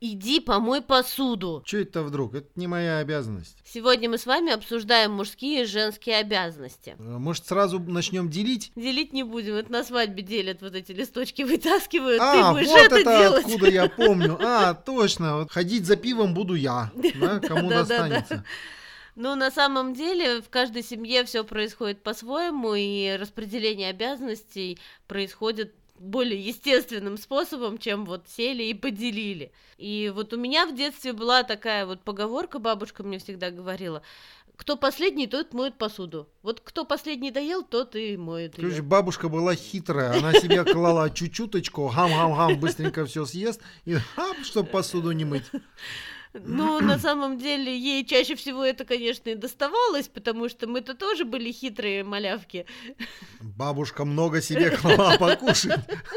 Иди помой посуду. Че это вдруг? Это не моя обязанность. Сегодня мы с вами обсуждаем мужские и женские обязанности. Может, сразу начнем делить? Делить не будем, это на свадьбе делят, вот эти листочки вытаскивают, ты А, будешь вот это делать. откуда я помню. А, точно, вот ходить за пивом буду я, да, кому достанется. Ну, на самом деле, в каждой семье все происходит по-своему, и распределение обязанностей происходит более естественным способом, чем вот сели и поделили. И вот у меня в детстве была такая вот поговорка, бабушка мне всегда говорила: кто последний, тот моет посуду. Вот кто последний доел, тот и моет её. Короче, бабушка была хитрая, она себе клала чуть-чуточку, гам-гам-гам, быстренько все съест, и чтобы посуду не мыть. Ну, на самом деле, ей чаще всего это, конечно, и доставалось, потому что мы-то тоже были хитрые малявки. Бабушка много себе клала покушать.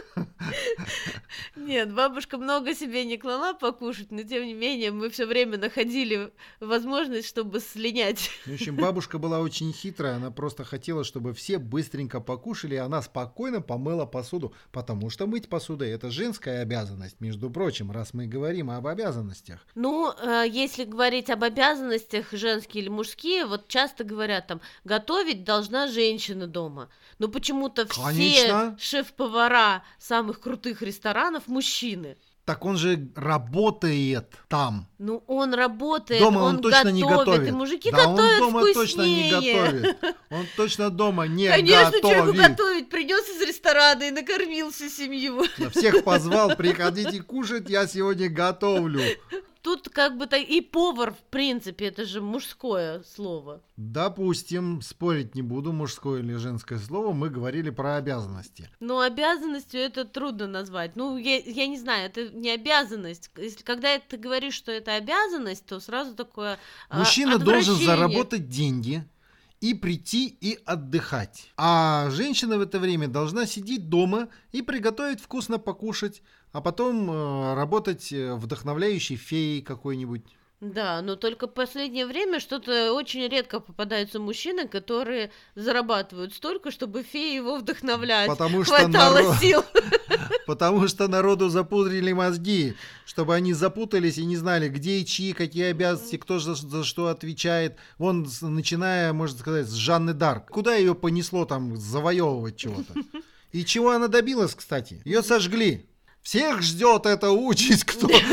Нет, бабушка много себе не клала покушать, но тем не менее мы все время находили возможность, чтобы слинять. В общем, бабушка была очень хитрая, она просто хотела, чтобы все быстренько покушали, и она спокойно помыла посуду, потому что мыть посуду — это женская обязанность, между прочим, раз мы говорим об обязанностях. Ну, если говорить об обязанностях женские или мужские, вот часто говорят там: готовить должна женщина дома. Но почему-то Конечно. все шеф-повара самых крутых ресторанов мужчины. Так он же работает там. Ну, он работает, Дома он точно готовит, не готовит. и мужики Да, готовят он дома вкуснее. точно не готовит. Он точно дома не Конечно, человеку готовит. готовить, принес из ресторана и накормил всю семью. Всех позвал: приходите кушать, я сегодня готовлю. Тут как бы и повар, в принципе, это же мужское слово. Допустим, спорить не буду, мужское или женское слово, мы говорили про обязанности. Но обязанностью это трудно назвать. Ну, я не знаю, это не обязанность. Когда ты говоришь, что это обязанность, то сразу такое Мужчина должен отвращение. заработать деньги и прийти и отдыхать. А женщина в это время должна сидеть дома и приготовить вкусно покушать, а потом работать вдохновляющей феей какой-нибудь. Да, но только в последнее время что-то очень редко попадаются мужчины, которые зарабатывают столько, чтобы феи его вдохновлять. Потому что Хватало сил. Потому что народу запудрили мозги, чтобы они запутались и не знали, где и чьи, какие обязанности, кто за что отвечает. Вон, начиная, можно сказать, с Жанны Д'Арк. Куда ее понесло там завоевывать чего-то? И чего она добилась, кстати? Ее сожгли. Всех ждет эта участь,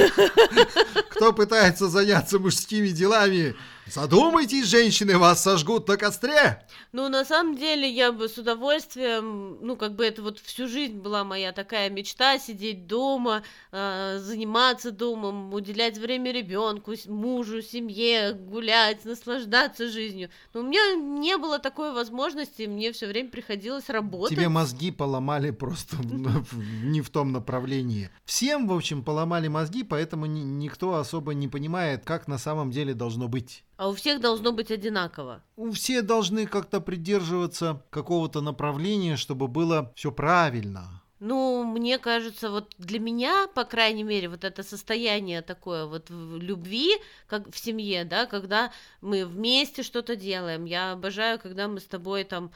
кто пытается заняться мужскими делами. Задумайтесь, женщины, вас сожгут на костре. Ну, на самом деле, я бы с удовольствием, ну, как бы это вот всю жизнь была моя такая мечта: сидеть дома, заниматься домом, уделять время ребенку, мужу, семье, гулять, наслаждаться жизнью. Но у меня не было такой возможности, мне все время приходилось работать. Тебе мозги поломали просто не в том направлении. Всем, в общем, поломали мозги, поэтому никто особо не понимает, как на самом деле должно быть. А у всех должно быть одинаково. Все должны как-то придерживаться какого-то направления, чтобы было все правильно. Ну, мне кажется, вот для меня, по крайней мере, вот это состояние такое вот в любви, как в семье, да, когда мы вместе что-то делаем. Я обожаю, когда мы с тобой там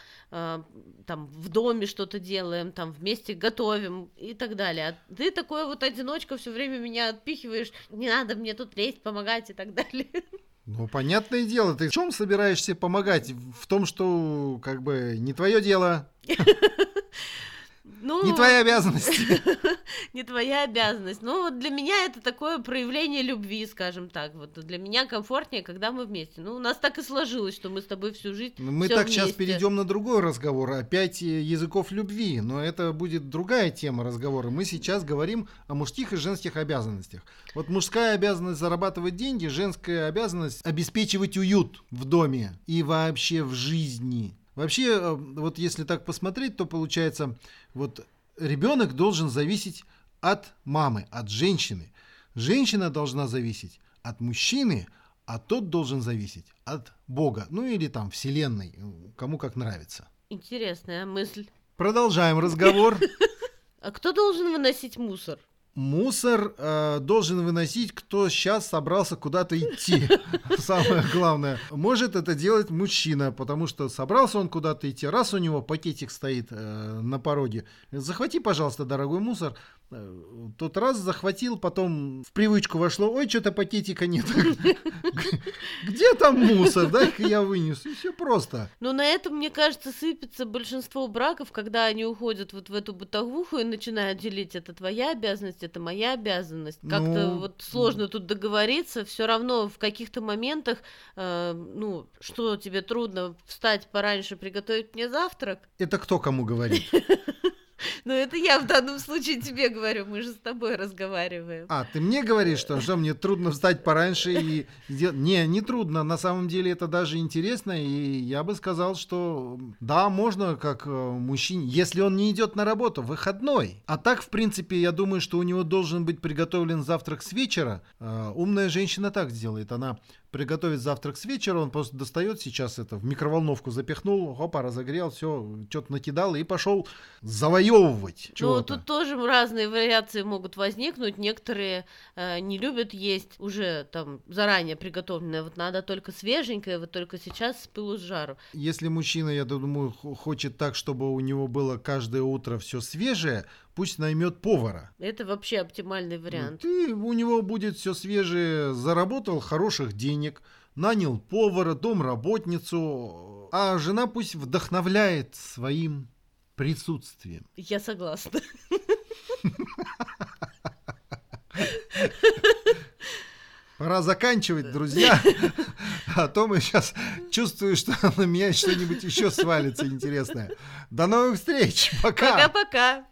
в доме что-то делаем, там вместе готовим и так далее. А ты такой вот одиночка, все время меня отпихиваешь: не надо мне тут лезть, помогать и так далее. Ну, понятное дело, ты в чем собираешься помогать? В том, что как бы не твое дело. Ну, не твоя обязанность. Не твоя обязанность. Ну, вот для меня это такое проявление любви, скажем так. Вот для меня комфортнее, когда мы вместе. Ну, у нас так и сложилось, что мы с тобой всю жизнь Мы всё так вместе. сейчас перейдем на другой разговор. Опять языков любви. Но это будет другая тема разговора. Мы сейчас говорим о мужских и женских обязанностях. Вот мужская обязанность зарабатывать деньги, женская обязанность обеспечивать уют в доме и вообще в жизни. Вообще, вот если так посмотреть, то получается, вот ребенок должен зависеть от мамы, от женщины. Женщина должна зависеть от мужчины, а тот должен зависеть от Бога. Ну или там вселенной, кому как нравится. Интересная мысль. Продолжаем разговор. А кто должен выносить мусор? Мусор должен выносить, кто сейчас собрался куда-то идти. Самое главное. Может это делать мужчина, потому что собрался он куда-то идти. Раз у него пакетик стоит на пороге: захвати, пожалуйста, дорогой мусор. Тот раз захватил, потом в привычку вошло, ой, что-то пакетика нет. Где там мусор? Дай-ка я вынесу. И все просто. Но на этом, мне кажется, сыпется большинство браков, когда они уходят вот в эту бытовуху и начинают делить: это твоя обязанность, это моя обязанность. Как-то вот сложно тут договориться. Все равно в каких-то моментах, что тебе трудно встать пораньше, приготовить мне завтрак? Это кто кому говорит? Ну, это я в данном случае тебе говорю, мы же с тобой разговариваем. Ты мне говоришь, что мне трудно встать пораньше и сделать? Не трудно, на самом деле это даже интересно, и я бы сказал, что да, можно как мужчине, если он не идет на работу, выходной. А так, в принципе, я думаю, что у него должен быть приготовлен завтрак с вечера. Умная женщина так сделает, она приготовит завтрак с вечера, он просто достает сейчас это, в микроволновку запихнул, хопа, разогрел, все, что-то накидал и пошел завоевывать чего-то. Ну, тут тоже разные вариации могут возникнуть. Некоторые не любят есть уже там заранее приготовленное. Вот надо только свеженькое, вот только сейчас с пылу с жару. Если мужчина, я думаю, хочет так, чтобы у него было каждое утро все свежее, пусть наймет повара. Это вообще оптимальный вариант. И у него будет все свежее, заработал хороших денег, нанял повара, домработницу, а жена пусть вдохновляет своим присутствием. Я согласна. Пора заканчивать, друзья. А то мы сейчас чувствую, что на меня что-нибудь еще свалится интересное. До новых встреч. Пока. Пока-пока.